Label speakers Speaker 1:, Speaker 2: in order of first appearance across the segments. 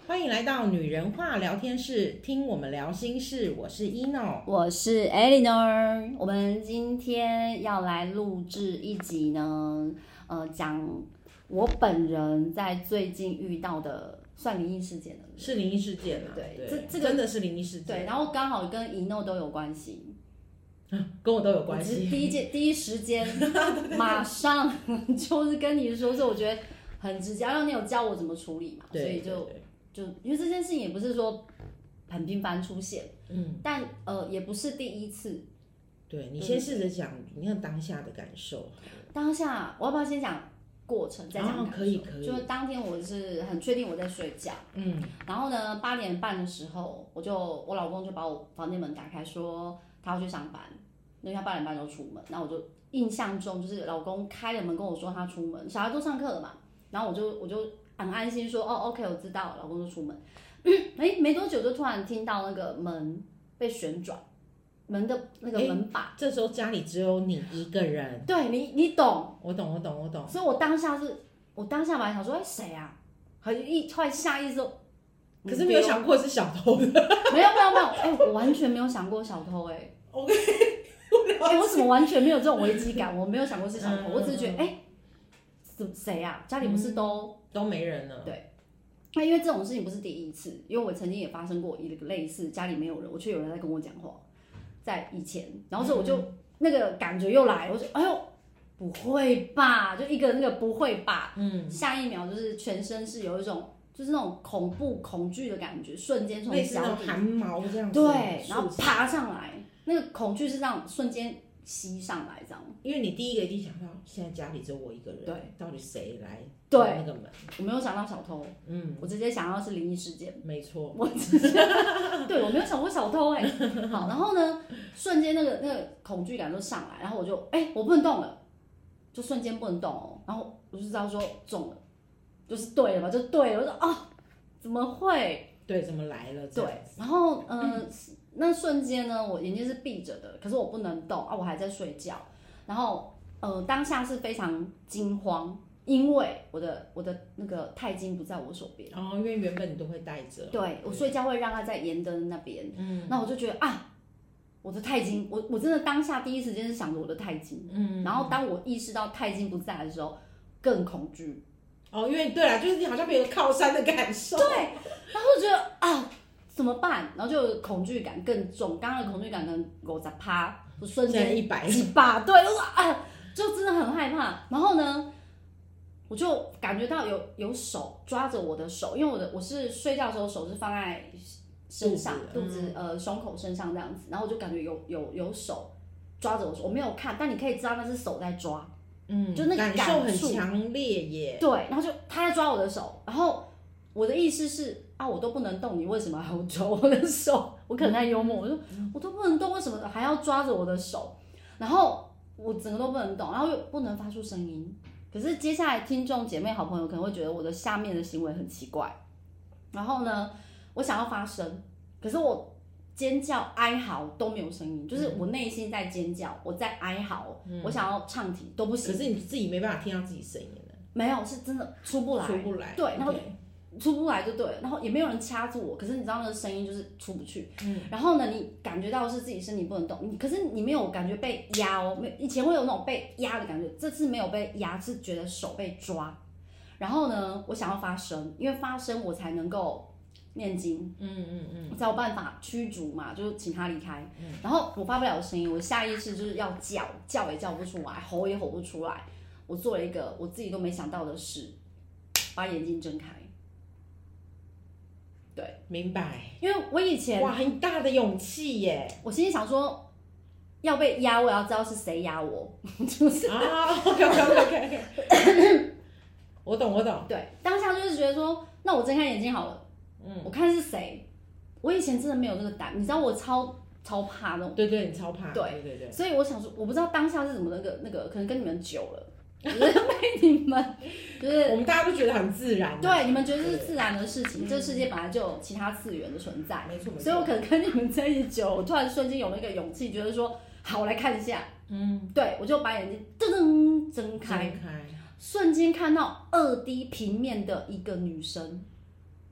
Speaker 1: 欢迎来到女人话聊天室，听我们聊心事。我是 Eno，
Speaker 2: 我是 Eleanor。我们今天要来录制一集呢，讲我本人在最近遇到的算灵异事件的，
Speaker 1: 是灵异事件啊。
Speaker 2: 对，这
Speaker 1: 个真的是灵异事件。
Speaker 2: 对，然后刚好跟 Eno 都有关系。
Speaker 1: 跟我都有关系。
Speaker 2: 第一时间马上就是跟你说，所以我觉得很直接，让你有教我怎么处理嘛，所以就因为这件事情也不是说很频繁出现，但也不是第一次。
Speaker 1: 对，你先试着讲，你看当下的感受。
Speaker 2: 当下我要不要先讲过程再讲感受？
Speaker 1: 可以。
Speaker 2: 就是当天我是很确定我在睡觉，然后呢8点半的时候，我老公就把我房间门打开，说他要去上班，因为他8点半就出门。然后我就印象中就是老公开了门跟我说他出门，小孩都上课了嘛，然后我就很安心说OK 我知道了，老公就出门。没多久就突然听到那个门被旋转，门的那个门把。
Speaker 1: 这时候家里只有你一个人。
Speaker 2: 对，你懂。
Speaker 1: 我懂。
Speaker 2: 所以我当下本来想说谁啊，后来下意识说，
Speaker 1: 可是没有想过是小偷的。
Speaker 2: 没有，我完全没有想过小偷
Speaker 1: OK。
Speaker 2: 我怎么完全没有这种危机感？我没有想过是小偷，我只是觉得谁啊？家里不是
Speaker 1: 都没人了？
Speaker 2: 对。那因为这种事情不是第一次，因为我曾经也发生过一个类似，家里没有人，我却有人在跟我讲话，在以前，然后所以我就那个感觉又来，我就哎呦不会吧，就一个那个不会吧，下一秒就是全身是有一种就是那种恐惧的感觉，瞬间从脚底
Speaker 1: 汗毛这样子，
Speaker 2: 对，然后爬上来，那个恐惧是这样瞬间吸上来这样。
Speaker 1: 因为你第一个一定想到，现在家里只有我一个人，
Speaker 2: 对，
Speaker 1: 到底谁来
Speaker 2: 对
Speaker 1: 那个门？
Speaker 2: 我没有想到小偷，我直接想到是灵异事件，
Speaker 1: 没错，
Speaker 2: 我直接对我没有想过小偷好，然后呢，瞬间那个恐惧感就上来，然后我就我不能动了，就瞬间不能动哦，然后我就知道说中了，就是对了嘛，就对了，我说怎么会？
Speaker 1: 对，怎么来了？
Speaker 2: 对，然后那瞬间呢，我眼睛是闭着的，可是我不能动我还在睡觉。然后当下是非常惊慌，因为我的那个钛金不在我手边。
Speaker 1: 因为原本你都会带着。
Speaker 2: 对，我睡觉会让它在盐灯那边。那我就觉得我的钛金，我真的当下第一时间是想着我的钛金。然后当我意识到钛金不在的时候，更恐惧。
Speaker 1: 因为对啦，就是你好像没有靠山的感受。
Speaker 2: 对，然后就觉得怎么办？然后就恐惧感更重，刚刚的恐惧感可能50%，我瞬间
Speaker 1: 100
Speaker 2: 几把，对，我说就真的很害怕。然后呢，我就感觉到有手抓着我的手，因为我是睡觉的时候手是放在身上，肚子胸口身上这样子，然后我就感觉有手抓着我手，我没有看，但你可以知道那是手在抓，就那个
Speaker 1: 感受很强烈耶。
Speaker 2: 对，然后就他在抓我的手，然后我的意思是我都不能动，你为什么还要抓我的手？我可能太幽默，我说我都不能动，为什么还要抓着我的手？然后我整个都不能动，然后又不能发出声音。可是接下来听众姐妹好朋友可能会觉得我的下面的行为很奇怪。然后呢，我想要发声，可是我尖叫哀嚎都没有声音，就是我内心在尖叫，我在哀嚎，我想要唱题都不行。
Speaker 1: 可是你自己没办法听到自己声音的。
Speaker 2: 没有，是真的出不来。对，然后出不来就对了，然后也没有人掐住我，可是你知道那个声音就是出不去。然后呢，你感觉到是自己身体不能动，可是你没有感觉被压以前会有那种被压的感觉，这次没有被压，是觉得手被抓。然后呢，我想要发声，因为发声我才能够念经，才有办法驱逐嘛，就请他离开。然后我发不了声音，我下意识就是要叫也叫不出来，吼也吼不出来。我做了一个我自己都没想到的事，把眼睛睁开。对，
Speaker 1: 明白。
Speaker 2: 因为我以前
Speaker 1: 很大的勇气耶。
Speaker 2: 我心里想说，要被压，我要知道是谁压我，就是
Speaker 1: OK， 我懂。
Speaker 2: 对，当下就是觉得说，那我睁开眼睛好了，我看是谁。我以前真的没有这个胆，你知道我超怕那种。
Speaker 1: 对，你超怕。对。
Speaker 2: 所以我想说，我不知道当下是怎么那个，可能跟你们久了。就是被你们，就是
Speaker 1: 我们大家都觉得很自然。
Speaker 2: 对，你们觉得这是自然的事情，这个世界本来就有其他次元的存在，
Speaker 1: 没错。
Speaker 2: 所以我可能跟你们在一起久了，我突然瞬间有那个勇气，觉得说，好，我来看一下。对，我就把眼睛噔睁开，瞬间看到2D 平面的一个女生，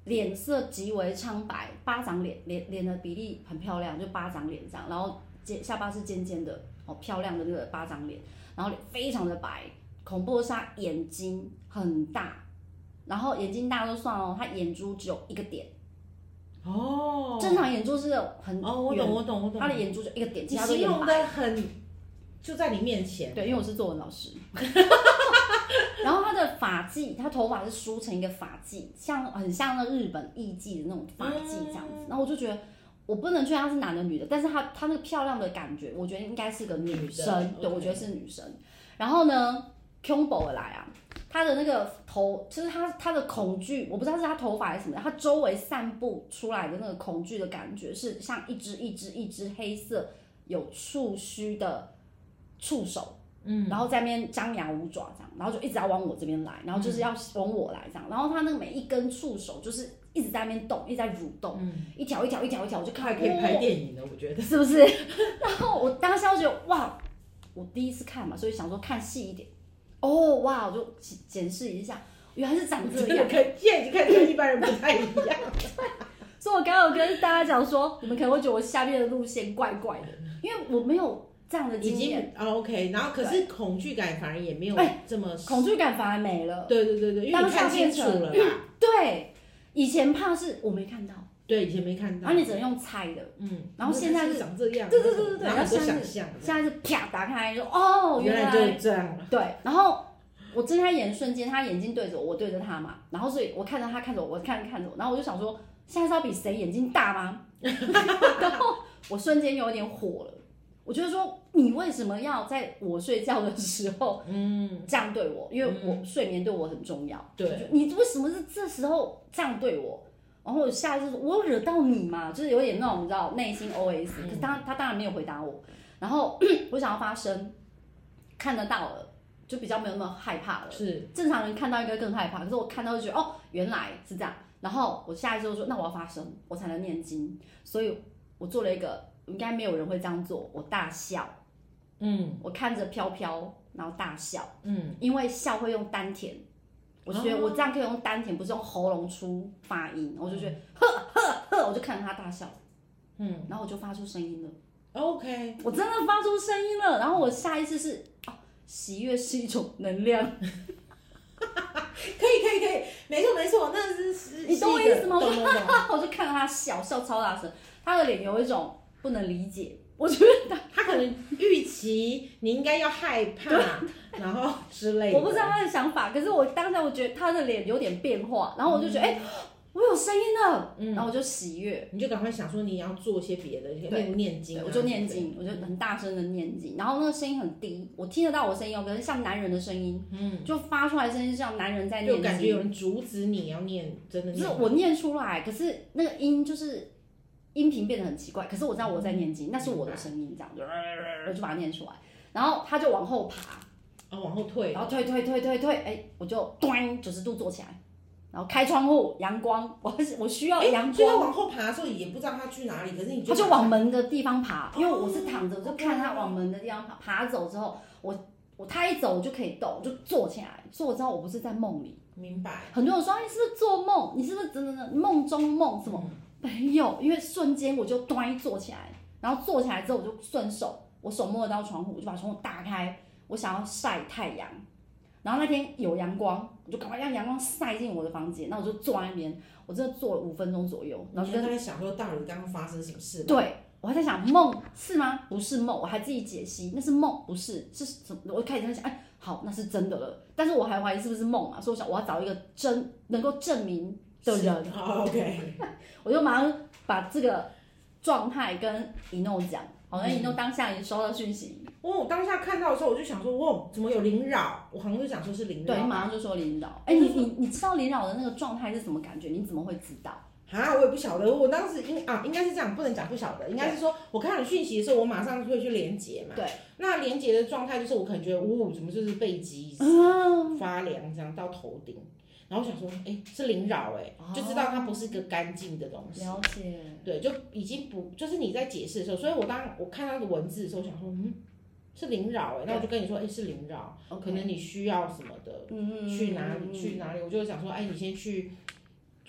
Speaker 2: 脸色极为苍白，巴掌脸的比例很漂亮，就巴掌脸这样，然后下巴是尖尖的，漂亮的那个巴掌脸，然后脸非常的白。恐怖的是他眼睛很大，然后眼睛大就算了，他眼珠只有一个点。正常眼珠是很
Speaker 1: 我懂。
Speaker 2: 他的眼珠就一个点，其他
Speaker 1: 都形容的很就在你面前。
Speaker 2: 对，因为我是作文老师。然后他的发髻，他头发是梳成一个发髻，很像那日本艺妓的那种发髻这样子。然后我就觉得，我不能确定他是男的女的，但是他那个漂亮的感觉，我觉得应该是个女生。对，我觉得是女生。然后呢 ，combo 的来啊，他的那个头，就是他的恐惧，我不知道是他头发还是什么，他周围散布出来的那个恐惧的感觉，是像一只黑色有触须的触手。然后在那边张牙舞爪这样，然后就一直要往我这边来，然后就是要往我来这样，然后他那个每一根触手就是一直在那边动，一直在蠕动，一条，我就看
Speaker 1: 可以拍电影了，我觉得
Speaker 2: 是不是？然后我当下就觉得哇，我第一次看嘛，所以想说看细一点，哇，我就检视一下，原来是长这样，
Speaker 1: 现在已经看跟一般人不太一样。
Speaker 2: 所以我刚刚有跟大家讲说，你们可能会觉得我下面的路线怪怪的，因为我没有这样的经验。
Speaker 1: OK， 然后可是恐惧感反而也没有这么，
Speaker 2: 恐惧感反而没了。
Speaker 1: 对，因为你看清楚了啦。
Speaker 2: 对，以前怕是我没看到。
Speaker 1: 对，以前没看到，
Speaker 2: 然后你只能用猜的。然后现在是
Speaker 1: 长这样。
Speaker 2: 对，
Speaker 1: 然后想象。
Speaker 2: 现在是啪打开就
Speaker 1: 原来就是这样。
Speaker 2: 对，然后我睁开眼瞬间，他眼睛对着我，我对着他嘛，然后所以我看着他看着我，我看着我，然后我就想说，现在是要比谁眼睛大吗？然后我瞬间有点火了。我觉得说，你为什么要在我睡觉的时候，这样对我？因为我睡眠对我很重要。
Speaker 1: 对，
Speaker 2: 你为什么是这时候这样对我？然后我下一次说，我有惹到你吗？就是有点那种你知道内心 OS。可是他当然没有回答我。然后我想要发声，看得到了，就比较没有那么害怕了。
Speaker 1: 是
Speaker 2: 正常人看到应该更害怕，可是我看到就觉得原来是这样。然后我下一次就说，那我要发声，我才能念经。所以我做了一个。应该没有人会这样做，我大笑，我看着飘飘，然后大笑，因为笑会用丹田，我觉得我这样可以用丹田，不是用喉咙出发音，我就觉得呵，我就看着他大笑，然后我就发出声音了
Speaker 1: ，OK，
Speaker 2: 我真的发出声音了，然后我下一次是喜悦是一种能量，
Speaker 1: 可以，没错，那是
Speaker 2: 你懂我意思吗？
Speaker 1: 懂，
Speaker 2: 我就看着他笑超大声，他的脸有一种。不能理解，我觉得
Speaker 1: 他可能预期你应该要害怕，然后之类的。
Speaker 2: 我不知道他的想法，可是我当下我觉得他的脸有点变化，然后我就觉得，我有声音了，然后我就喜悦，
Speaker 1: 你就赶快想说你要做些别的，例如念经，
Speaker 2: 我就念经，我就很大声的念经，然后那个声音很低，我听得到我声音可是像男人的声音，就发出来的声音像男人在念经，
Speaker 1: 就感觉有人阻止你要念，真的念，
Speaker 2: 就是我念出来，可是那个音就是。音频变得很奇怪，可是我知道我在念经，那是我的声音，这样就把它念出来，然后他就往后爬，
Speaker 1: 往后退，
Speaker 2: 然后退，我就端90度坐起来，然后开窗户，阳光，我需要阳光。
Speaker 1: 所以他往后爬的时候也不知道他去哪里，可是
Speaker 2: 他就往门的地方爬，因为我是躺着，我就看他往门的地方爬走之后，他一走我就可以动，我就坐起来，所以我知道我不是在梦里。
Speaker 1: 明白。
Speaker 2: 很多人说你是不是做梦？你是不是真的梦中梦什么？没有，因为瞬间我就端坐起来，然后坐起来之后我就顺手，我手摸得到窗户，我就把窗户打开，我想要晒太阳。然后那天有阳光，我就赶快让阳光晒进我的房间，那我就坐在那边，我真的坐了5分钟左右，然后
Speaker 1: 就在想说到底刚刚发生什么事。
Speaker 2: 对，我还在想梦是吗？不是梦，我还自己解析那是梦，不是是什么？我开始在想，好，那是真的了，但是我还怀疑是不是梦嘛，所以我想我要找一个能够证明的人。
Speaker 1: OK，
Speaker 2: 我就马上把这个状态跟一诺讲，好像一诺当下也收到讯息。
Speaker 1: 我当下看到的时候，我就想说，哇，怎么有灵扰？我好像就想说是灵扰。
Speaker 2: 对，你马上就说灵扰。你知道灵扰的那个状态是什么感觉？你怎么会知道？
Speaker 1: 我也不晓得。我当时应该是这样，不能讲不晓得，应该是说我看到你讯息的时候，我马上会去连结嘛。
Speaker 2: 对。
Speaker 1: 那连结的状态就是我可能觉得，怎么就是背脊发凉这样到头顶。然后我想说，是灵扰，就知道它不是个干净的东西。
Speaker 2: 了解。
Speaker 1: 对，就已经不就是你在解释的时候，所以我看到那个文字的时候，我想说，是灵扰，那我就跟你说，是灵扰，可能你需要什么的，去哪里，我就想说，你先去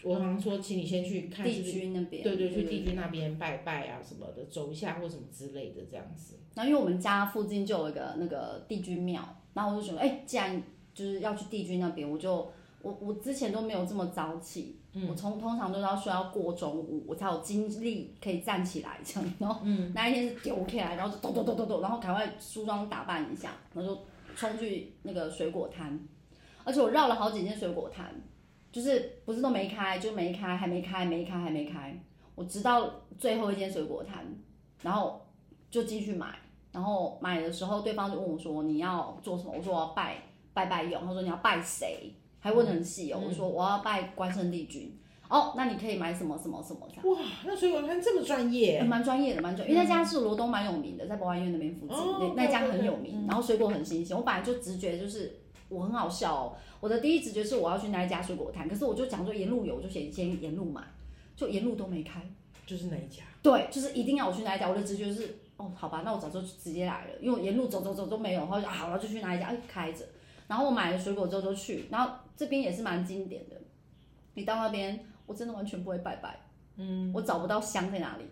Speaker 1: 我好像说，请你先去看
Speaker 2: 帝君那边，
Speaker 1: 对，去帝君那边拜拜啊什么的，走一下或什么之类的这样子。
Speaker 2: 然后因为我们家附近就有一个那个帝君庙，然后我就觉得，既然就是要去帝君那边，我之前都没有这么早起，我通常都要睡到过中午，我才有精力可以站起来这样。然后那一天是丢起来，然后就抖，然后赶快梳妆打扮一下，然后就冲去那个水果摊，而且我绕了好几间水果摊，就是不是都没开，就没开，还没开，我直到最后一间水果摊，然后就进去买，然后买的时候对方就问我说你要做什么，我说我要拜用，他说你要拜谁？还问得很细哦，我说我要拜关圣帝君。哦，那你可以买什么什么什么？
Speaker 1: 哇，那水果摊这么专业？
Speaker 2: 蛮专业的，因为那家是罗东蛮有名的，在博爱院那边附近，那家很有名，然后水果很新鲜。我本来就直觉就是我很好笑哦，我的第一直觉是我要去那一家水果摊，可是我就讲说沿路有，我就先沿路买，就沿路都没开，
Speaker 1: 就是那一家。
Speaker 2: 对，就是一定要我去那一家，我的直觉是哦，好吧，那我早就直接来了，因为我沿路走都没有，然后就好了就去那一家，开着。然后我买了水果之后就去，然后这边也是蛮经典的。你到那边，我真的完全不会拜拜，我找不到香在哪里。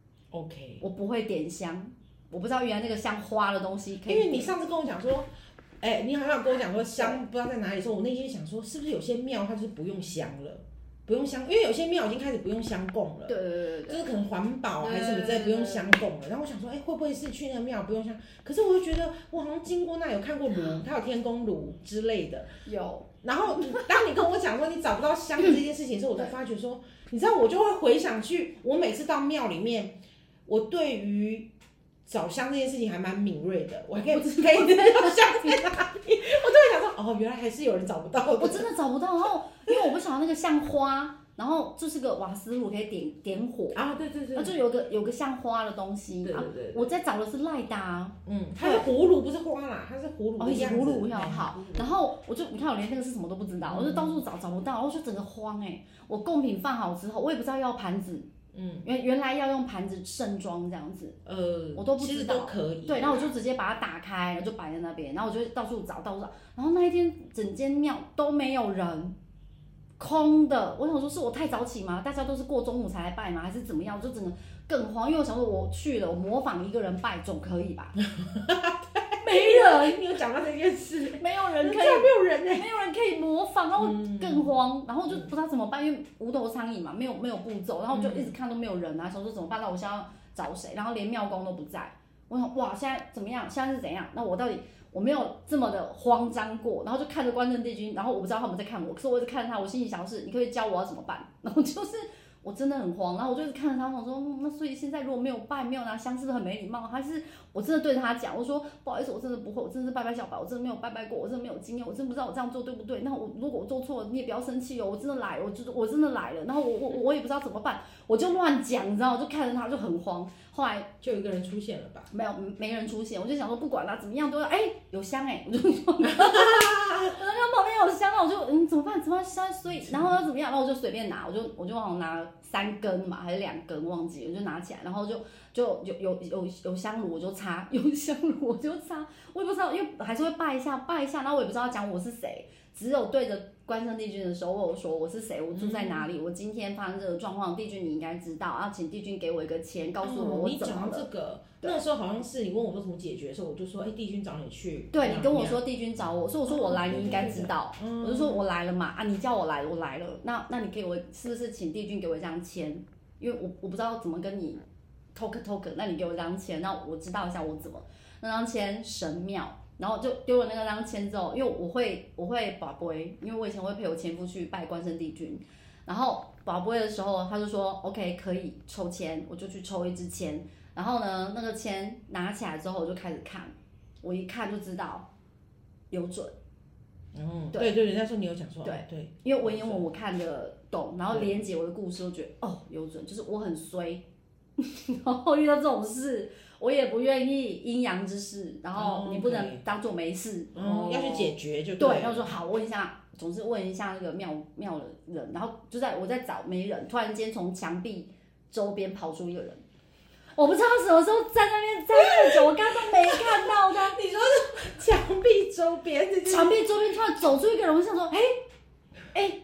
Speaker 1: OK，
Speaker 2: 我不会点香，我不知道原来那个像花的东西可以。
Speaker 1: 因为你上次跟我讲说，你好像跟我讲说香不知道在哪里的时候，我内心想说，是不是有些庙它就是不用香了？不用香，因为有些庙已经开始不用香供了。
Speaker 2: 对，
Speaker 1: 就是可能环保还是什么之类不用香供了。然后我想说，会不会是去那个庙不用香？可是我就觉得，我好像经过那有看过炉，它有天公炉之类的。
Speaker 2: 有。
Speaker 1: 然后当你跟我讲说你找不到香的这件事情的时候，我就发觉说，你知道，我就会回想去，我每次到庙里面，我对于找香这件事情还蛮敏锐的，我还可以知道香在哪里，我就会想说，哦，原来还是有人找不到的。
Speaker 2: 我真的找不到，然后因为我不晓得那个像花，然后就是个瓦斯炉可以点火
Speaker 1: 啊，对，
Speaker 2: 那就有个像花的东西，
Speaker 1: 对，
Speaker 2: 我在找的是赖达，
Speaker 1: 它是葫芦不是花啦，它是葫芦的样子，
Speaker 2: 葫芦好，然后你看我连那个是什么都不知道，我就到处找不到，然后就整个慌我贡品放好之后，我也不知道要盘子。原来要用盘子盛装这样子，我都不知道，
Speaker 1: 其实都可以。
Speaker 2: 对，然后我就直接把它打开，然后就摆在那边，然后我就到处找，然后那一天整间庙都没有人，空的。我想说是我太早起吗？大家都是过中午才来拜吗？还是怎么样？我就整个更慌，因为我想说我去了，我模仿一个人拜总可以吧？没人，
Speaker 1: 你有讲到这件事，
Speaker 2: 没有人可以，
Speaker 1: 没有人
Speaker 2: 没有人可以模仿，然后更慌，然后我就不知道怎么办，因为无头苍蝇嘛，没有步骤，然后我就一直看都没有人啊，想说怎么办？那我现在要找谁？然后连庙公都不在，我想哇，现在怎么样？现在是怎样？那我到底我没有这么的慌张过，然后就看着关圣帝君，然后我不知道他们在看我，可是我一直看着他，我心里想的是，你可以教我要怎么办？然后就是。我真的很慌，然后我就一直看着他，我说，那所以现在如果没有拜，没有拿香，是不是很没礼貌？还是我真的对着他讲，我说不好意思，我真的不会，我真的是拜小白，我真的没有拜过，我真的没有经验，我真的不知道我这样做对不对。那如果我做错了，你也不要生气哦，我真的来，我真的来了，然后我也不知道怎么办，我就乱讲，你知道，我就看着他就很慌。后来
Speaker 1: 就有一个人出现了吧？
Speaker 2: 没人出现，我就想说不管啦，怎么样都要有香我就说，我那旁边有香，我就怎么办？所以然后要怎么样？然后我就随便拿，我就往拿3根嘛，还是2根忘记了，我就拿起来，然后就有香炉我就插，有香炉我就插，我也不知道，因为还是会拜一下，然后我也不知道讲我是谁，只有对着关圣帝君的时候，我说我是谁，我住在哪里，我今天发生这个状况，帝君你应该知道，要请帝君给我一个签，告诉我我怎么了。
Speaker 1: 你讲到这个，那时候好像是你问我说怎么解决的时候，我就说帝君找你去。
Speaker 2: 对，你跟我说帝君找我，所以我说我来，你应该知道，我就说我来了嘛，你叫我来，我来了，那你给我是不是请帝君给我一张签？因为我不知道怎么跟你 talk， 那你给我一张签，那我知道一下我怎么那张签神庙。然后就丢了那张签之后，因为我会拔杯，因为我以前会陪我前夫去拜关圣帝君，然后拔杯的时候他就说 OK 可以抽签，我就去抽一支签，然后呢那个签拿起来之后我就开始看，我一看就知道有准。
Speaker 1: 对，人家说你有讲说对，
Speaker 2: 因为文言文我看得懂，然后连接我的故事，我觉得有准，就是我很衰，然后遇到这种事。我也不愿意阴阳之事，然后你不能当做没事，
Speaker 1: 要去解决就
Speaker 2: 对。然后说好，问一下，总是问一下那个庙的人，然后我在找没人，突然间从墙壁周边跑出一个人，我不知道他什么时候在那边站那么久，我刚刚都没看到他。
Speaker 1: 你说是墙壁周边突
Speaker 2: 然走出一个人，我想说，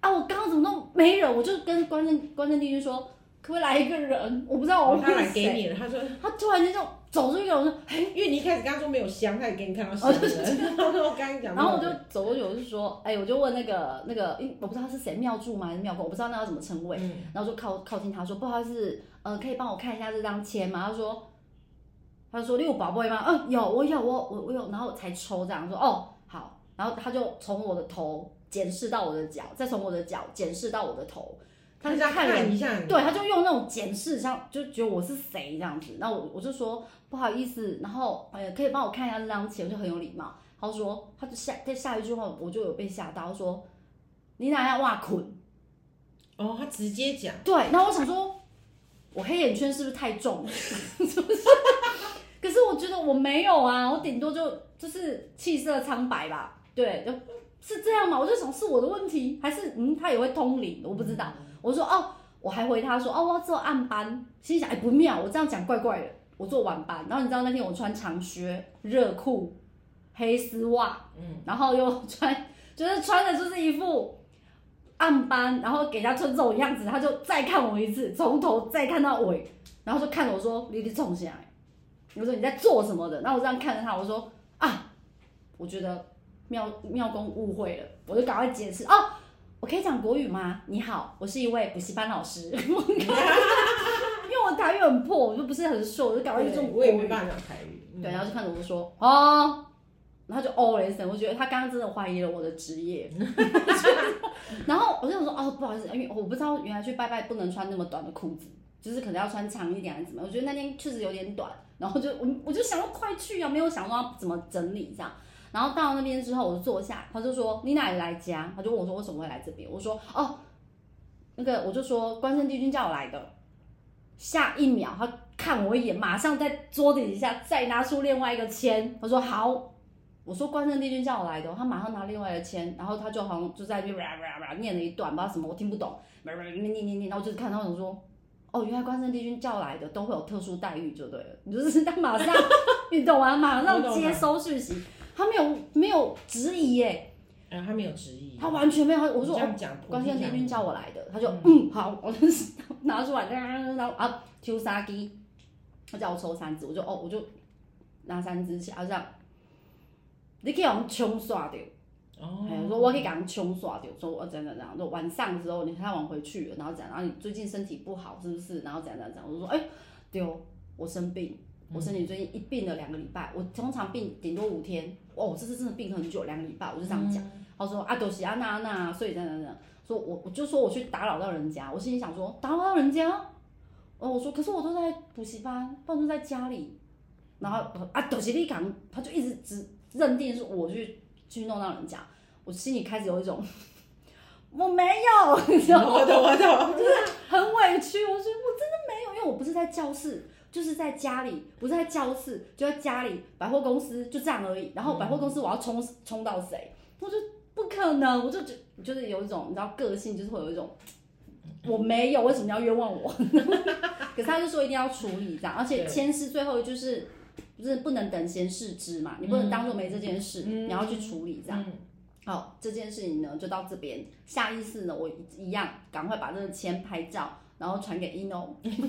Speaker 2: 啊，我刚刚怎么都没人，我就跟关圣帝君说，可不可以来一个人？我不知道我
Speaker 1: 他来给你了，他说
Speaker 2: 他突然间就走出去，我说，
Speaker 1: 因为你一开始跟他说没有香，他也给你看到香了。我刚刚讲，
Speaker 2: 然后我就走过去，我就说，我就问那个，我不知道他是谁，庙祝吗还是庙公，我不知道那要怎么称谓，然后就靠近他说，不好意思，可以帮我看一下这张签吗？他说你有宝贝吗？有，我有，然后才抽这样说，好，然后他就从我的头检视到我的脚，再从我的脚检视到我的头。
Speaker 1: 他在看一下，
Speaker 2: 对，他就用那种检视，像就觉得我是谁这样子。然后我就说不好意思，然后可以帮我看一下这张钱，我就很有礼貌。他说他就下一句话我就有被吓到，他说你哪要挖捆？
Speaker 1: 哦，他直接讲。
Speaker 2: 对，然后我想说，我黑眼圈是不是太重了？是不是？可是我觉得我没有啊，我顶多就是气色苍白吧。对，是这样吗？我就想是我的问题，还是他也会通灵？我不知道。我说我还回他说我要做暗班，心想不妙，我这样讲怪怪的，我做晚班。然后你知道那天我穿长靴、热裤、黑丝袜，然后又穿的就是一副暗班，然后给他穿这种样子，他就再看我一次，从头再看到尾，然后就看我说你冲下来，我说你在做什么的？然后我这样看着他，我说我觉得庙公误会了，我就赶快解释我可以讲国语吗？你好，我是一位补习班老师。因为我台语很破，我就不是很熟，我就赶快用国语。
Speaker 1: 我也没办法讲台语。
Speaker 2: 对，然后就看着我说然后就了一声，我觉得他刚刚真的怀疑了我的职业。然后我就想说不好意思，因为我不知道原来去拜拜不能穿那么短的裤子，就是可能要穿长一点还是怎么样。我觉得那天确实有点短，然后我就想要快去啊，没有想到要怎么整理这样。然后到那边之后，我就坐下，他就说你哪里来家？他就问我说为什么会来这边？我说我就说关圣帝君叫我来的。下一秒他看我一眼，马上在桌子底下再拿出另外一个签，他说好。我说关圣帝君叫我来的，他马上拿另外的签，然后他就好像就在那边念了一段，不知道什么，我听不懂，念，然后我就看到我说原来关圣帝君叫来的都会有特殊待遇就对了，你就是他马上你懂吗？马上接收讯息。他没有质疑耶，
Speaker 1: 他没有质疑，
Speaker 2: 他完全没有。我说关圣帝君叫我来的，他就好，我就拿出来，然后抽三支，他叫我抽3支，我就拿3支起来，这样，你可以用冲刷掉。我说我可以给他们冲刷掉，说我怎样，说晚上的时候你太晚回去了，然后讲，然后你最近身体不好是不是？然后怎样，我就说对，我生病。我身体最近一病了2个礼拜，我通常病顶多5天，这次真的病很久，2个礼拜，我就这样讲。他说就是那，所以这样，说我就说我去打扰到人家，我心里想说打扰到人家，我说可是我都在补习班，不然就在家里，然后就是你讲，他就一直只认定是我去弄到人家，我心里开始有一种我没有，你知道吗？
Speaker 1: 我懂，
Speaker 2: 就是很委屈，我说我真的没有，因为我不是在教室。就是在家里，不是在教室，就在家里，百货公司就这样而已。然后百货公司我要冲到谁？我就不可能，我就是有一种你知道个性，就是会有一种我没有，为什么要冤枉我？可是他就说一定要处理这样，而且签诗最后就是不能等闲视之嘛，你不能当做没这件事，你要去处理这样。好，这件事情呢就到这边，下意识呢我一样赶快把这个签拍照。然后传给 Eno，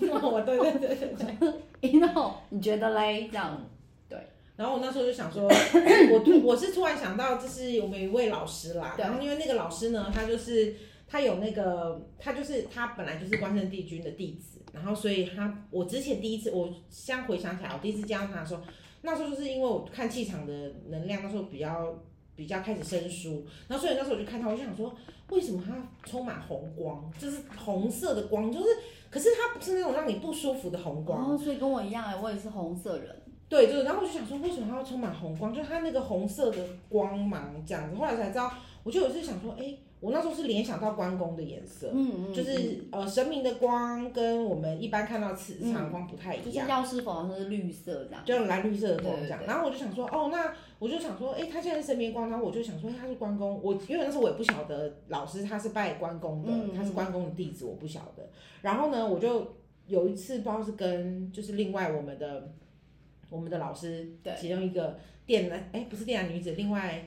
Speaker 2: 对 ，Eno， 你觉得嘞？这样，对。
Speaker 1: 然后我那时候就想说，我是突然想到，这是我们一位老师啦。然后因为那个老师呢，他有那个，他本来就是关圣帝君的弟子，然后所以我之前第一次，我现在回想起来，我第一次见到他的时候，那时候就是因为我看气场的能量，那时候比较开始生疏，然后所以那时候我就看他，我就想说，为什么他充满红光，就是红色的光，可是他不是那种让你不舒服的红光。
Speaker 2: 所以跟我一样我也是红色人。
Speaker 1: 对，然后我就想说，为什么他会充满红光？就他那个红色的光芒这样子，后来才知道，我就有一次想说，我那时候是联想到关公的颜色，就是神明的光跟我们一般看到磁场的光不太一样，
Speaker 2: 就是药师佛好像是绿色这样，
Speaker 1: 就蓝绿色的光这样。然后我就想说，那我就想说，他现在是神明光，然后我就想说，他是关公，因为那时候我也不晓得老师他是拜关公的，他是关公的弟子，我不晓得。然后呢，我就有一次不知道是跟就是另外我们的老师其中一个不是电男女子，另外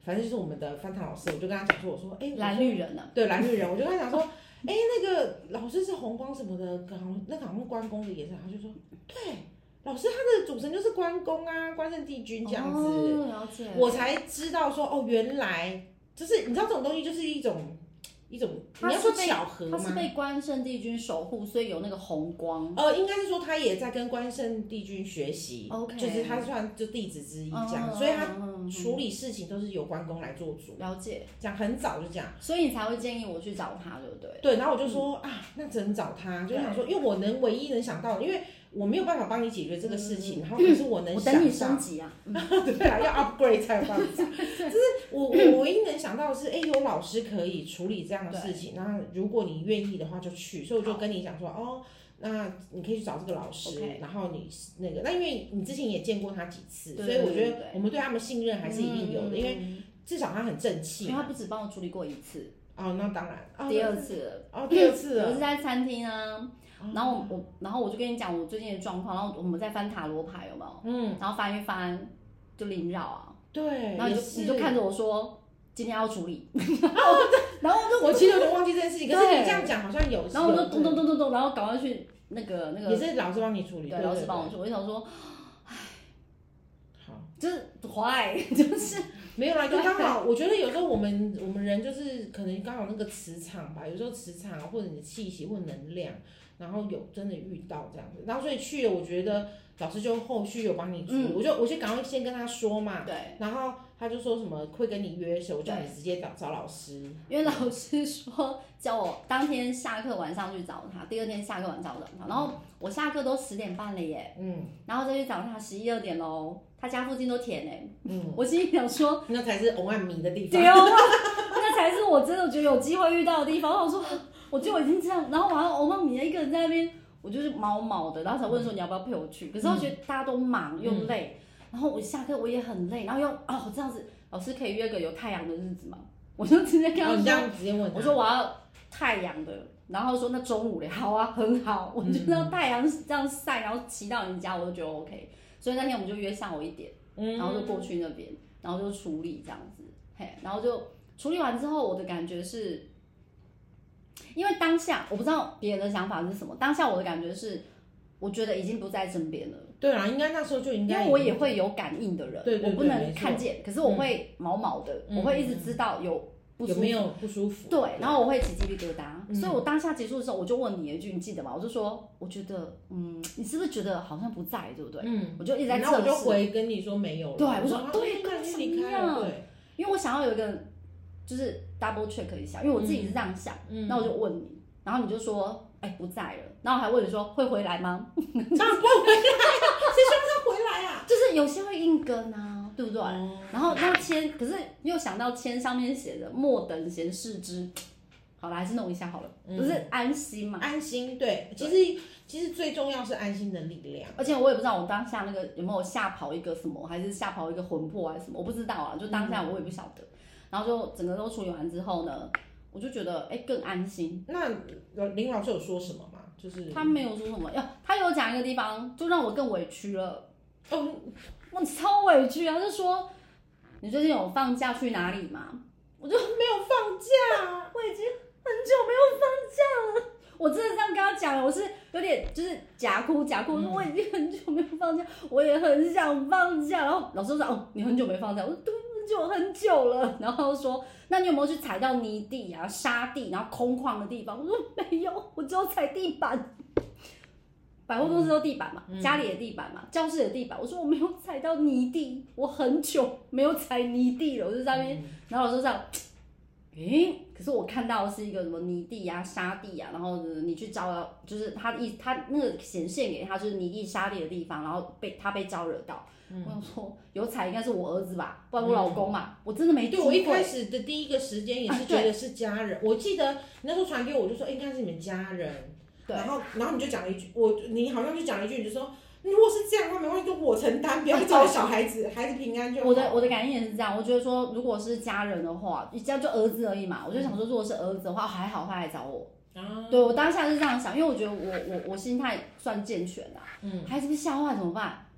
Speaker 1: 反正就是我们的翻堂老师，我就跟他讲说，我说，
Speaker 2: 蓝绿人啊，
Speaker 1: 对，蓝绿人，我就跟他讲说，那个老师是红光什么的，那好像关公的颜色，他就说，对，老师他的主神就是关公啊，关圣帝君这样子，
Speaker 2: 了解，
Speaker 1: 我才知道说，原来就是你知道这种东西就是一种。你要说巧合吗？
Speaker 2: 他是被关圣帝君守护，所以有那个红光。
Speaker 1: 应该是说他也在跟关圣帝君学习，就是他算就弟子之一这样，所以他处理事情都是由关公来做主。
Speaker 2: 了解，
Speaker 1: 这样很早就这样，
Speaker 2: 所以你才会建议我去找他，对不对？
Speaker 1: 对，然后我就说那只能找他，就想说，因为我唯一能想到，因为我没有办法帮你解决这个事情，然后可是我能想到，
Speaker 2: 我等你升级啊，
Speaker 1: 对啊，要 upgrade 才有办法。就是我唯一能想到的是，有老师可以处理这样的事情，那如果你愿意的话就去，所以我就跟你讲说，那你可以去找这个老师，然后你那个，那因为你之前也见过他几次，所以我觉得我们对他们信任还是一定有的，因为至少他很正气。
Speaker 2: 因为他不止帮我处理过一次，
Speaker 1: 那当然，
Speaker 2: 第二次了，
Speaker 1: 第二次了，
Speaker 2: 我是在餐厅啊。然后我就跟你讲我最近的状况，然后我们在翻塔罗牌，有没有？然后翻一翻就灵扰啊，
Speaker 1: 对，
Speaker 2: 然后你就看着我说今天要处理，然后
Speaker 1: 我其实有点忘记这件事情，可是你这样讲好像有，
Speaker 2: 然后我就咚咚咚咚咚，然后赶快去那个
Speaker 1: 也是老师帮你处理，
Speaker 2: 对，老师帮我处理，我就想说，
Speaker 1: 好，
Speaker 2: 就是坏，就是
Speaker 1: 没有啦，就刚好，我觉得有时候我们人就是可能刚好那个磁场吧，有时候磁场或者你的气息或能量。然后有真的遇到这样子，然后所以去了，我觉得老师就后续有帮你处理，我就赶快先跟他说嘛，
Speaker 2: 对，
Speaker 1: 然后他就说什么会跟你约，所以我叫你直接找老师，
Speaker 2: 因为老师说叫我当天下课晚上去找他，第二天下课晚上找他，然后我下课都10点半了耶，然后再去找他11、2点喽，他家附近都填哎，我心里想说
Speaker 1: 那才是红岸迷的地方，
Speaker 2: 对哦，那才是我真的觉得有机会遇到的地方，我说。我就已经这样，然后我妈咪一个人在那边，我就是毛毛的，然后才问说你要不要陪我去，可是我觉得大家都忙又累，然后我下课我也很累，然后又这样子，老师可以约个有太阳的日子吗？我就直接跟他说，
Speaker 1: 你这样直接问他，
Speaker 2: 我说我要太阳的，然后说那中午嘞，好啊，很好，我就让太阳这样晒，然后骑到你家，我就觉得 OK， 所以那天我们就约下午1点，然后就过去那边，然后就处理这样子，然后就处理完之后，我的感觉是。因为当下我不知道别人的想法是什么，当下我的感觉是，我觉得已经不在身边了。
Speaker 1: 对啊，应该那时候就应该。
Speaker 2: 因为我也会有感应的人，
Speaker 1: 对
Speaker 2: 我不能看见，可是我会毛毛的，我会一直知道有不舒服，
Speaker 1: 有没有不舒服。
Speaker 2: 对，然后我会起鸡皮疙瘩，所以我当下结束的时候，我就问你一句，你记得吗？我就说，我觉得，你是不是觉得好像不在，对不对？我就一直在测试。
Speaker 1: 然后我就回跟你说没有了。
Speaker 2: 对，我说对，
Speaker 1: 跟
Speaker 2: 你
Speaker 1: 离开了。对，
Speaker 2: 因为我想要有一个就是 double check 一下，因为我自己是这样想，那我就问你。然后你就说，不在了。然后我还问你说会回来吗？
Speaker 1: 当然不会回来啊，谁希望他回来啊？
Speaker 2: 就是有些会硬跟啊，对不对？然后那签，可是又想到签上面写的莫等闲视之，好了，还是弄一下好了，不是安心嘛？
Speaker 1: 安心，对，其实最重要是安心的力量。
Speaker 2: 而且我也不知道我当下那个有没有吓跑一个什么，还是吓跑一个魂魄还是什么，我不知道啊。就当下我也不晓得。然后就整个都处理完之后呢？我就觉得更安心。
Speaker 1: 那林老师有说什么吗？就是
Speaker 2: 他没有说什么，他有讲一个地方，就让我更委屈了。我超委屈啊！就说你最近有放假去哪里吗？我就
Speaker 1: 没有放假，
Speaker 2: 我已经很久没有放假了。我真的这样跟他讲了，我是有点就是假哭，说我已经很久没有放假，我也很想放假。然后老师说你很久没放假，我说对。很久了，然后说，那你有没有去踩到泥地啊、沙地，然后空旷的地方？我说没有，我只有踩地板。百货公司都地板嘛，家里的地板嘛，教室的地板。我说我没有踩到泥地，我很久没有踩泥地了。我就在那边，然后老师这样，可是我看到的是一个什么泥地啊、沙地啊，然后你去招，就是他那个显现给他就是泥地、沙地的地方，然后他被招惹到。我想说有踩应该是我儿子吧，不然我老公嘛，我真的没机会。
Speaker 1: 对，我一开始的第一个时间也是觉得是家人，我记得你那时候传给我，就说应该是你们家人，然后你就讲了一句，你好像就讲了一句，你就说如果是这样的话，没关系，就我承担，不要找小孩子，孩子平安就好。
Speaker 2: 我的感应也是这样，我觉得说如果是家人的话，这样就儿子而已嘛，我就想说如果是儿子的话，还好他来找我。对，我当下是这样想，因为我觉得我心态算健全啦。孩子被吓坏怎么办？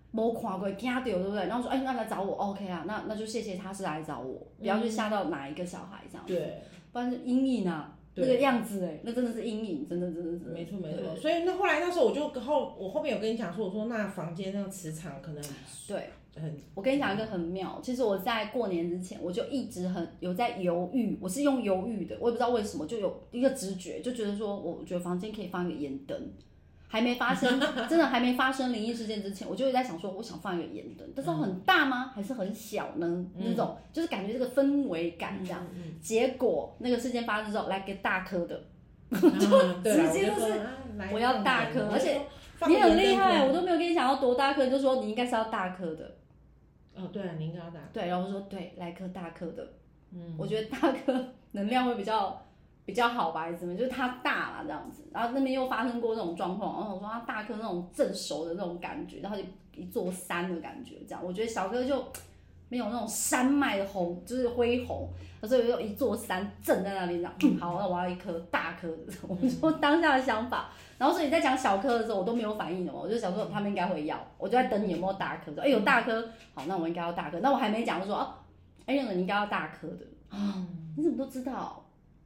Speaker 2: 没看过惊到，对不对？然后说那来找我 OK 啊，那就谢谢他是来找我，不要去吓到哪一个小孩这样子，
Speaker 1: 对，
Speaker 2: 不然就阴影啊。那个样子那真的是阴影，真的是。
Speaker 1: 没错。所以后来那时候我后面有跟你讲说，我说那房间那个磁场可能
Speaker 2: 对。我跟你讲一个很妙，其实我在过年之前我就一直有在犹豫，我是用犹豫的，我也不知道为什么，就有一个直觉，就觉得说，我觉得房间可以放一个烟灯。还没发生，真的还没发生灵异事件之前，我就在想说，我想放一个烟灯，但是很大吗？还是很小呢？那种就是感觉这个氛围感这样。结果那个事件发生之后，来个大颗的，就直接就是我要大颗，而且你很厉害，我都没有跟你讲要多大颗，就说你应该是要大颗的。
Speaker 1: 对啊，你应该要大颗。
Speaker 2: 对，然后我说对，来颗大颗的。我觉得大颗能量会比较好吧，还是怎么？就是它大啦这样子，然后那边又发生过这种状况，然后我说它大颗那种正熟的那种感觉，然后就一座山的感觉，这样。我觉得小哥就没有那种山脉的红，就是恢宏，所以有一座山正在那边这样。好，那我要一颗大颗的，我说当下的想法。然后所以你在讲小颗的时候，我都没有反应的嘛，我就想说他们应该会要，我就在等你有没有大颗，说有大颗，好，那我应该要大颗。那我还没讲，就说那个你应该要大颗的。你怎么都知道？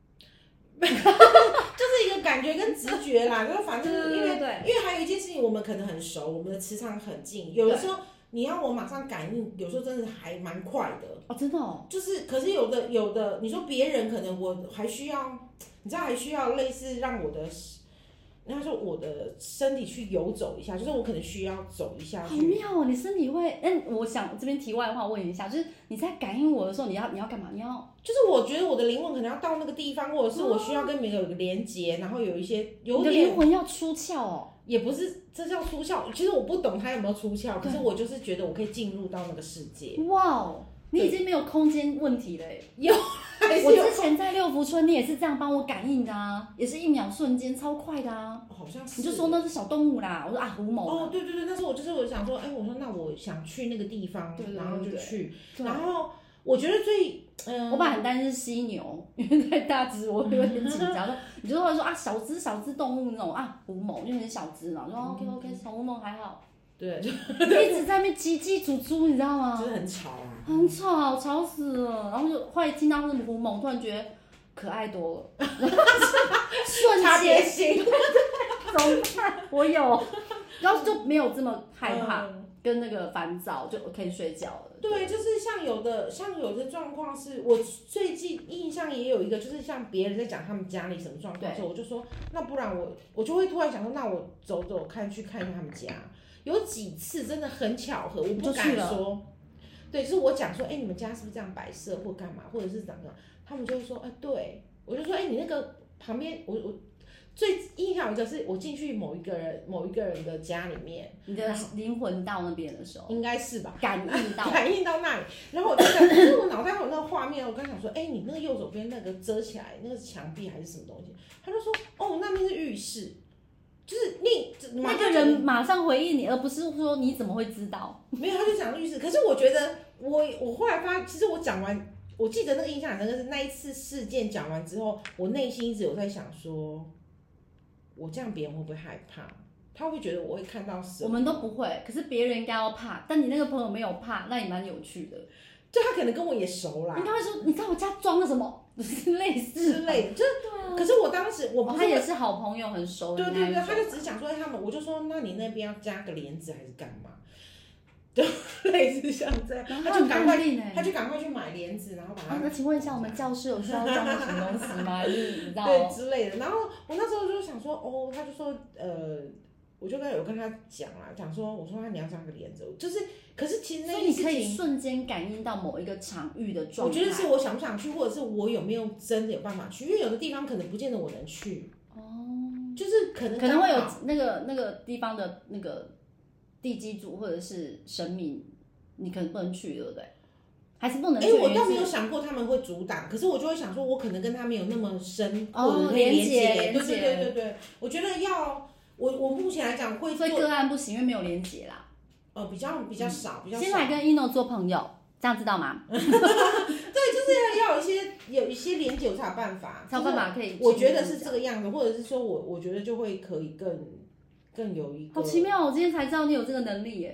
Speaker 1: 就是一个感觉跟直觉啦，就是反正因为还有一件事情，我们可能很熟，我们的磁场很近，有的时候你要我马上感应，有时候真的还蛮快的。
Speaker 2: 真的哦。
Speaker 1: 就是，可是有的，你说别人可能我还需要，你知道还需要类似让我的。人家说我的身体去游走一下，就是我可能需要走一下去。
Speaker 2: 好妙哦，你身体会？我想这边题外话问一下，就是你在感应我的时候，你要干嘛？
Speaker 1: 就是我觉得我的灵魂可能要到那个地方，或者是我需要跟别人有个连接，然后有点。
Speaker 2: 你的灵魂要出窍哦。
Speaker 1: 也不是，这叫出窍。其实我不懂他有没有出窍，可是我就是觉得我可以进入到那个世界。
Speaker 2: 哇哦，你已经没有空间问题了耶。
Speaker 1: 有。
Speaker 2: 我之前在六福村，你也是这样帮我感应的啊，也是1秒瞬间，超快的啊。
Speaker 1: 好像是。
Speaker 2: 你就说那是小动物啦，我说胡某。
Speaker 1: 对，那时候我想说，我说那我想去那个地方，然后就去。然后我觉得
Speaker 2: 我本来很担心是犀牛，因为太大只，我有点紧张。你就会说小只动物那种胡某就很小只嘛，我说 OK， 小胡某还好。
Speaker 1: 对，
Speaker 2: 一直在那边叽叽喳喳，你知道吗？
Speaker 1: 真的很吵啊。
Speaker 2: 很吵，吵死了。然后就后来听到那胡某，突然觉得可爱多了，瞬间心，怎么办？我有，然后就没有这么害怕，跟那个烦躁，就可以睡觉了。
Speaker 1: 对，就是像有的状况是，我最近印象也有一个，就是像别人在讲他们家里什么状况的时候，我就说，那不然我就会突然想说，那我走走去看一下他们家。有几次真的很巧合，我不敢说。对，就是我讲说，你们家是不是这样摆设或干嘛，或者是怎么样？他们就会说，对。我就说，你那个旁边，我最印象有一个是我进去某一个人的家里面，
Speaker 2: 你的灵魂到那边的时候，
Speaker 1: 应该是吧？
Speaker 2: 感应
Speaker 1: 到那里，然后我就在，可是我脑袋有那个画面，我刚想说，你那个右手边那个遮起来，那个是墙壁还是什么东西？他就说，那边是浴室。就是
Speaker 2: 那个人马上回应你，而不是说你怎么会知道？
Speaker 1: 没有，他就讲律师。可是我觉得我后来其实我讲完，我记得那个印象很深刻是那一次事件讲完之后，我内心一直有在想说，我这样别人会不会害怕？他会不会觉得我会看到什么？
Speaker 2: 我们都不会，可是别人应该要怕，但你那个朋友没有怕，那也蛮有趣的。
Speaker 1: 就他可能跟我也熟啦，
Speaker 2: 应该会说，你在我家装了什么？类似
Speaker 1: 之类的，就是对啊。可是我当时
Speaker 2: 他也是好朋友，很熟的。
Speaker 1: 对，他就只是讲说他们，我就说那你那边要加个帘子还是干嘛？就类似像这样，他就赶快去买帘子，然后把它。
Speaker 2: 那请问一下，我们教室有需要装什么东西吗？你知道？
Speaker 1: 对之类的。然后我那时候就想说，他就说我就有跟他讲啦，讲说我说你要加个帘子，就是可是其实那
Speaker 2: 所以你可以瞬间感应到某一个场域的状态。
Speaker 1: 我觉得是我想不想去，或者是我有没有真的有办法去，因为有的地方可能不见得我能去。就是可能
Speaker 2: 会有那个地方的那个地基主或者是神明，你可能不能去，对不对？还是不能去？
Speaker 1: 我倒没有想过他们会阻挡，可是我就会想说，我可能跟他没有那么深或者连接。对，我觉得我目前来讲会做，
Speaker 2: 所以个案不行，因为没有连结啦。
Speaker 1: 比较少，比较少。
Speaker 2: 先来跟 Eno 做朋友，这样知道吗？
Speaker 1: 对，就是要有一些连结，我才有办法。
Speaker 2: 才有办法可以。
Speaker 1: 我觉得是这个样子，或者是说我觉得就会可以更有一个。
Speaker 2: 好奇妙，我今天才知道你有这个能力耶。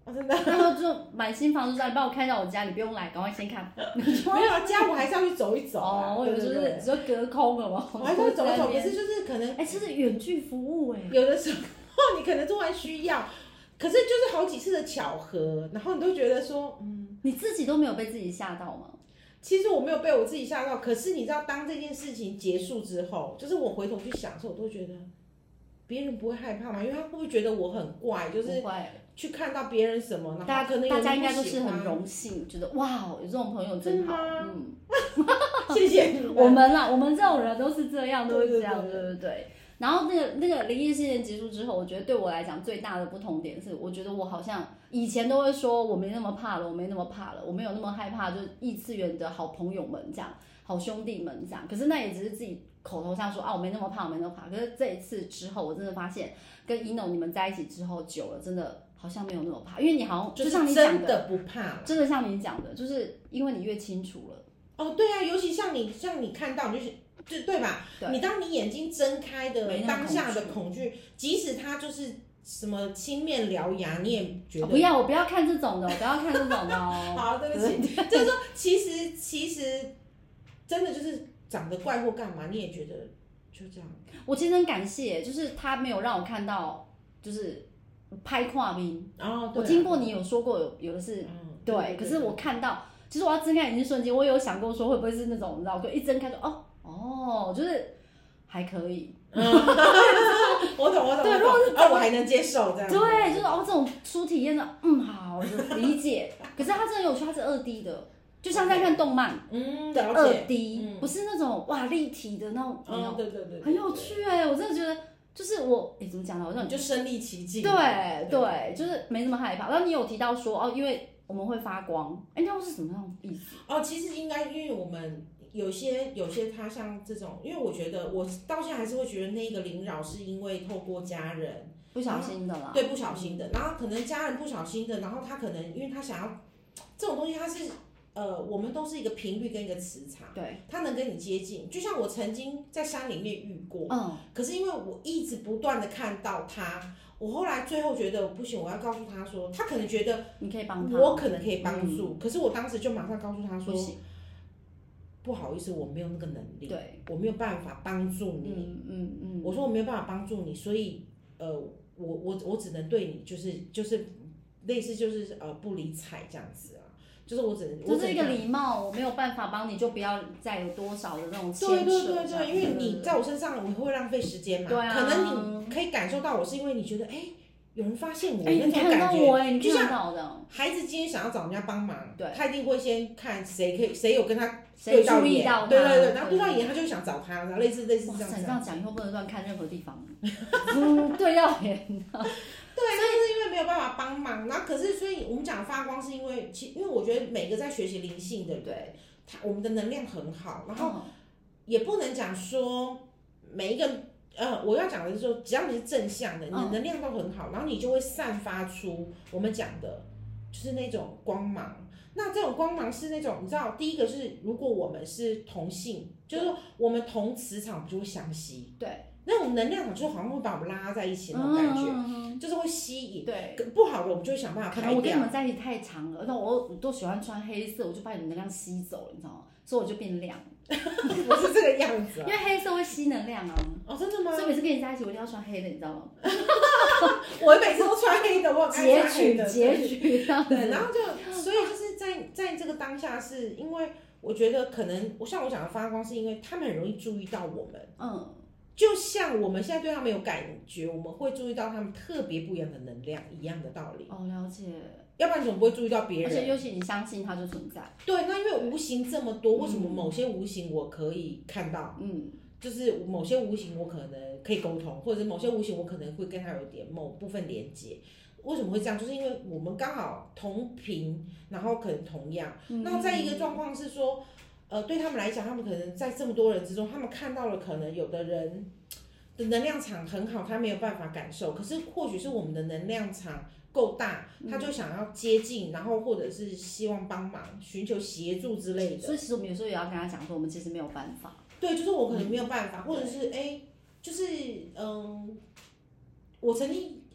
Speaker 1: 真的。
Speaker 2: 然后就买新房就说你帮我看一下我家，你不用来，赶快先看。
Speaker 1: 没有家我还是要去走一走。
Speaker 2: 我以为就是只有隔空了嘛。
Speaker 1: 我还是要走一走，可是就是可能
Speaker 2: 这是远距服务
Speaker 1: 有的时候你可能突然需要，可是就是好几次的巧合，然后你都觉得说，
Speaker 2: 你自己都没有被自己吓到吗？
Speaker 1: 其实我没有被我自己吓到，可是你知道，当这件事情结束之后，就是我回头去想的时候，我都觉得别人不会害怕吗？因为他会不会觉得我很怪，就是去看到别人什么，然后可能
Speaker 2: 大家应该都是很荣幸，觉得哇，有这种朋友真好。
Speaker 1: 谢谢你们。
Speaker 2: 我们这种人都是这样，都会这样，对。然后那个灵异事件结束之后，我觉得对我来讲最大的不同点是，我觉得我好像以前都会说我没那么怕了，我没那么怕了，我没有那么害怕，就是异次元的好朋友们这样，好兄弟们这样。可是那也只是自己口头上说啊，我没那么怕，我没那么怕。可是这一次之后，我真的发现跟ino你们在一起之后久了，真的好像没有那么怕，因为你好像就像你讲的，
Speaker 1: 真的不怕，
Speaker 2: 真的像你讲的，就是因为你越清楚了。
Speaker 1: 对啊，尤其像你看到，对吧？你当你眼睛睁开的当下的恐惧，即使他就是什么青面獠牙，你也觉得
Speaker 2: 我不要看这种的，我不要看这种的哦。
Speaker 1: 好，对不起，就是说，其实真的就是长得怪或干嘛，你也觉得就这样。
Speaker 2: 我其实很感谢，就是他没有让我看到，就是拍跨兵。
Speaker 1: 对，
Speaker 2: 我听过你有说过有的是，对，可是我看到，其实我要睁开眼睛瞬间，我有想过说会不会是那种，你知道，就一睁开就就是还可以。
Speaker 1: 我懂。对，如果是我还能接受这样。
Speaker 2: 对，就是这种初体验的，好，我就理解。可是它真的有趣，它是2D 的，就像在看动漫的2D，不是那种哇立体的那种。
Speaker 1: 对，
Speaker 2: 很有趣我真的觉得。就是我，怎么讲呢？我让
Speaker 1: 你就身临其境。
Speaker 2: 对，就是没那么害怕。然后你有提到说因为我们会发光，那是什么样的意思？
Speaker 1: 其实应该，因为我们有些他像这种，因为我觉得我到现在还是会觉得那个灵扰是因为透过家人
Speaker 2: 不小心的啦。
Speaker 1: 对，不小心的。然后可能家人不小心的，然后他可能因为他想要这种东西，他是。我们都是一个频率跟一个磁场，
Speaker 2: 对，
Speaker 1: 它能跟你接近。就像我曾经在山里面遇过，可是因为我一直不断的看到他，我后来最后觉得不行，我要告诉他说，他可能觉得
Speaker 2: 你可以帮他，
Speaker 1: 我可能可以帮助，可是我当时就马上告诉他说，不好意思，我没有那个能力，
Speaker 2: 对，
Speaker 1: 我没有办法帮助你，我说我没有办法帮助你，所以我只能对你就是类似就是不理睬这样子啊。就是我只能，
Speaker 2: 这是一个礼貌，我没有办法帮你，就不要再有多少的那种牵扯。
Speaker 1: 对，因为你在我身上，我会浪费时间嘛。
Speaker 2: 对啊。
Speaker 1: 可能你可以感受到我，是因为你觉得，有人发现我那种感觉。
Speaker 2: 你看到我你看到的。
Speaker 1: 孩子今天想要找人家帮忙，
Speaker 2: 对，
Speaker 1: 他一定会先看谁有跟他对到眼，对，然后对到眼，他就想找他，然后类似这样子。
Speaker 2: 这样讲以后不能乱看任何地方。对到眼。
Speaker 1: 对，那是因为没有办法帮忙，然后可是所以我们讲发光是因为我觉得每个在学习灵性的人，我们的能量很好，然后也不能讲说每一个我要讲的是说，只要你是正向的，你的能量都很好，然后你就会散发出我们讲的，就是那种光芒。那这种光芒是那种你知道，第一个是如果我们是同性，就是说我们同磁场，我们就会相吸。
Speaker 2: 对。
Speaker 1: 那种能量场就好像会把我们拉在一起那种感觉，就是会吸引。
Speaker 2: 对，
Speaker 1: 不好的我们就会想办法排掉。
Speaker 2: 我跟你们在一起太长了，那我都喜欢穿黑色，我就把你们能量吸走了，你知道吗？所以我就变亮。
Speaker 1: 不是这个样子因
Speaker 2: 为黑色会吸能量啊。
Speaker 1: 真的吗？
Speaker 2: 所以每次跟你在一起，我一定要穿黑的，你知道吗？
Speaker 1: 我每次都穿黑的，我
Speaker 2: 截取对，
Speaker 1: 然后所以就是在这个当下，是因为我觉得可能像我讲的发光，是因为他们很容易注意到我们。就像我们现在对他们有感觉，我们会注意到他们特别不一样的能量，一样的道理。
Speaker 2: 了解。
Speaker 1: 要不然你怎么不会注意到别人？
Speaker 2: 而且尤其你相信它就存在。
Speaker 1: 对，那因为无形这么多，为什么某些无形我可以看到？就是某些无形我可能可以沟通，或者是某些无形我可能会跟他有点某部分连接。为什么会这样？就是因为我们刚好同频，然后可能同样。那在一个状况是说。对他们来讲，他们可能在这么多人之中，他们看到了可能有的人的能量场很好，他没有办法感受。可是或许是我们的能量场够大，他就想要接近，然后或者是希望帮忙、寻求协助之类的。
Speaker 2: 所以其实我们有时候也要跟他讲说，我们其实没有办法。
Speaker 1: 对，就是我可能没有办法，或者是就是我曾经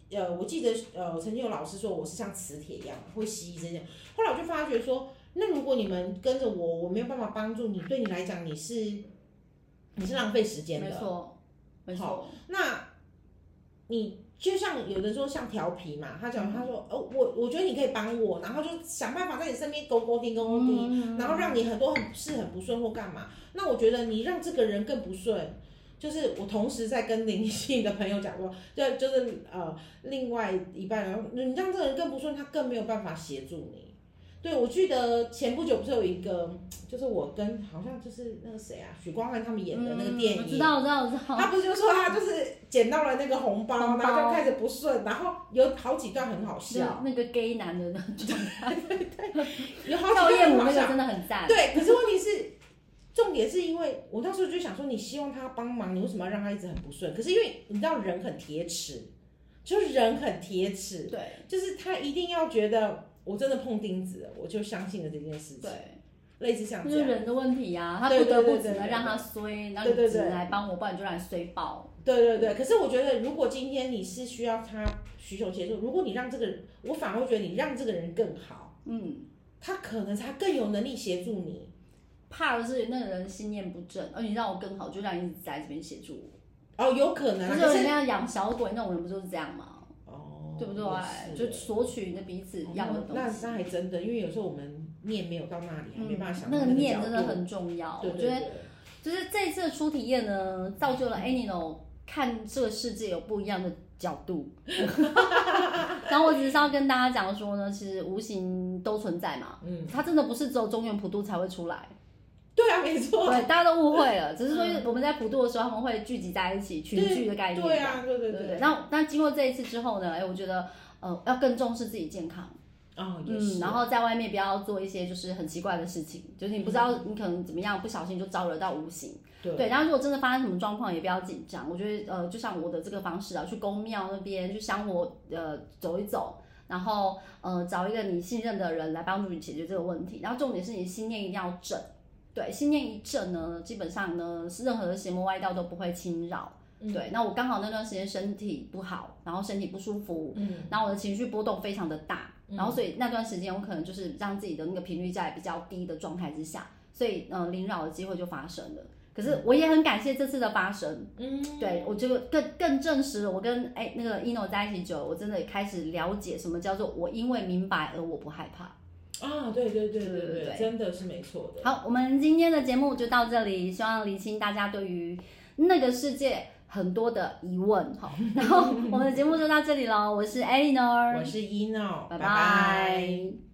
Speaker 1: 我记得曾经有老师说我是像磁铁一样会吸这些，后来我就发觉说，那如果你们跟着我，我没有办法帮助你，对你来讲你是浪费时间的，
Speaker 2: 没错，没错。
Speaker 1: 好，那你就像有人说像调皮嘛，他说我觉得你可以帮我，然后就想办法在你身边勾勾滴，然后让你很不顺或干嘛。那我觉得你让这个人更不顺。就是我同时在跟灵性的朋友讲过，就是另外一半人，你让这个人更不顺，他更没有办法协助你。对，我记得前不久不是有一个，就是我跟好像就是那个谁啊，许光汉他们演的那个电影，
Speaker 2: 我知道。
Speaker 1: 他不是就说他就是捡到了那个红包，然后就开始不顺，然后有好几段很好笑，
Speaker 2: 那个 gay 男的那状态，
Speaker 1: 对，有好几段很好笑，
Speaker 2: 真的很赞。
Speaker 1: 对，可是问题是。重点是因为我那时候就想说，你希望他帮忙，你为什么要让他一直很不顺？可是因为你知道人很铁齿，就是人很铁齿，
Speaker 2: 对，
Speaker 1: 就是他一定要觉得我真的碰钉子了，我就相信了这件事情，
Speaker 2: 对，
Speaker 1: 类似像这样，
Speaker 2: 就是人的问题啊，他不得不只能让他衰，然后你只能来帮我，不然就让你衰爆。
Speaker 1: 对，可是我觉得如果今天你是需要他寻求协助，如果你让这个人，我反而会觉得你让这个人更好，他可能他更有能力协助你。
Speaker 2: 怕的是那个人心念不正，你让我更好，就让你一直在这边协助
Speaker 1: 我。有可能。
Speaker 2: 就是人家养小鬼那种人，不就是这样吗？对不对？就索取你的彼此要的东西。
Speaker 1: 那还真的，因为有时候我们念没有到那里，还没办法想到
Speaker 2: 那个念真的很重要。我觉得，就是这一次的初体验呢，造就了 Anino 看这个世界有不一样的角度。然后我只是要跟大家讲说呢，其实无形都存在嘛。它真的不是只有中元普渡才会出来。
Speaker 1: 对啊，没错。
Speaker 2: 对，大家都误会了，只是说我们在普渡的时候，他们会聚集在一起，群聚的概念。
Speaker 1: 对啊，对。
Speaker 2: 那经过这一次之后呢，我觉得要更重视自己健康。然后在外面不要做一些就是很奇怪的事情，就是你不知道你可能怎么样，不小心就招惹到无形。对，然后如果真的发生什么状况，也不要紧张。我觉得就像我的这个方式啊，去宫庙那边去香火走一走。然后找一个你信任的人来帮助你解决这个问题。然后重点是你心念一定要正。对，心念一正呢，基本上呢是任何的邪魔歪道都不会侵扰。对，那我刚好那段时间身体不好，然后身体不舒服，然后我的情绪波动非常的大，然后所以那段时间我可能就是让自己的那个频率在比较低的状态之下，所以灵扰的机会就发生了。可是我也很感谢这次的发生，对，我就更证实了我跟那个 Eno 在一起久了，我真的开始了解什么叫做我因为明白而我不害怕。
Speaker 1: 对，真的是没错的。
Speaker 2: 好，我们今天的节目就到这里，希望厘清大家对于那个世界很多的疑问。好，然后我们的节目就到这里咯，我是 Eleanor，
Speaker 1: 我是 Eno，
Speaker 2: 拜拜。